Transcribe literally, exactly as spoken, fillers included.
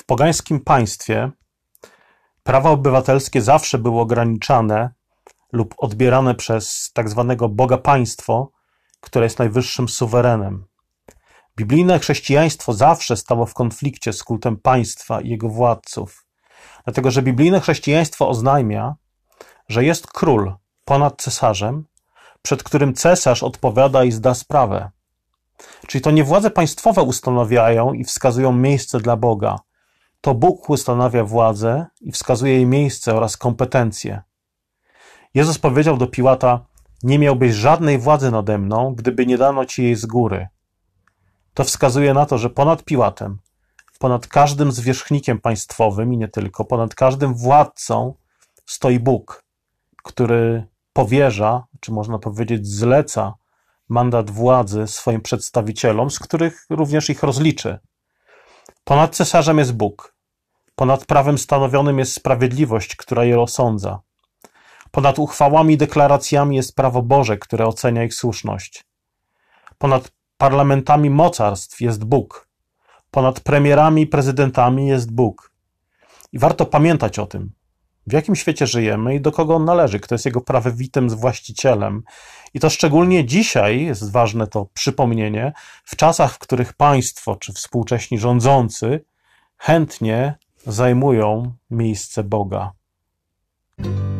W pogańskim państwie prawa obywatelskie zawsze były ograniczane lub odbierane przez tak zwanego Boga państwo, które jest najwyższym suwerenem. Biblijne chrześcijaństwo zawsze stało w konflikcie z kultem państwa i jego władców, dlatego że biblijne chrześcijaństwo oznajmia, że jest król ponad cesarzem, przed którym cesarz odpowiada i zda sprawę. Czyli to nie władze państwowe ustanawiają i wskazują miejsce dla Boga. To Bóg ustanawia władzę i wskazuje jej miejsce oraz kompetencje. Jezus powiedział do Piłata: nie miałbyś żadnej władzy nade mną, gdyby nie dano ci jej z góry. To wskazuje na to, że ponad Piłatem, ponad każdym zwierzchnikiem państwowym i nie tylko, ponad każdym władcą stoi Bóg, który powierza, czy można powiedzieć zleca mandat władzy swoim przedstawicielom, z których również ich rozliczy. Ponad cesarzem jest Bóg. Ponad prawem stanowionym jest sprawiedliwość, która je osądza. Ponad uchwałami i deklaracjami jest prawo Boże, które ocenia ich słuszność. Ponad parlamentami mocarstw jest Bóg. Ponad premierami i prezydentami jest Bóg. I warto pamiętać o tym, w jakim świecie żyjemy i do kogo on należy, kto jest jego prawowitym właścicielem. I to szczególnie dzisiaj jest ważne to przypomnienie, w czasach, w których państwo czy współcześni rządzący chętnie zajmują miejsce Boga.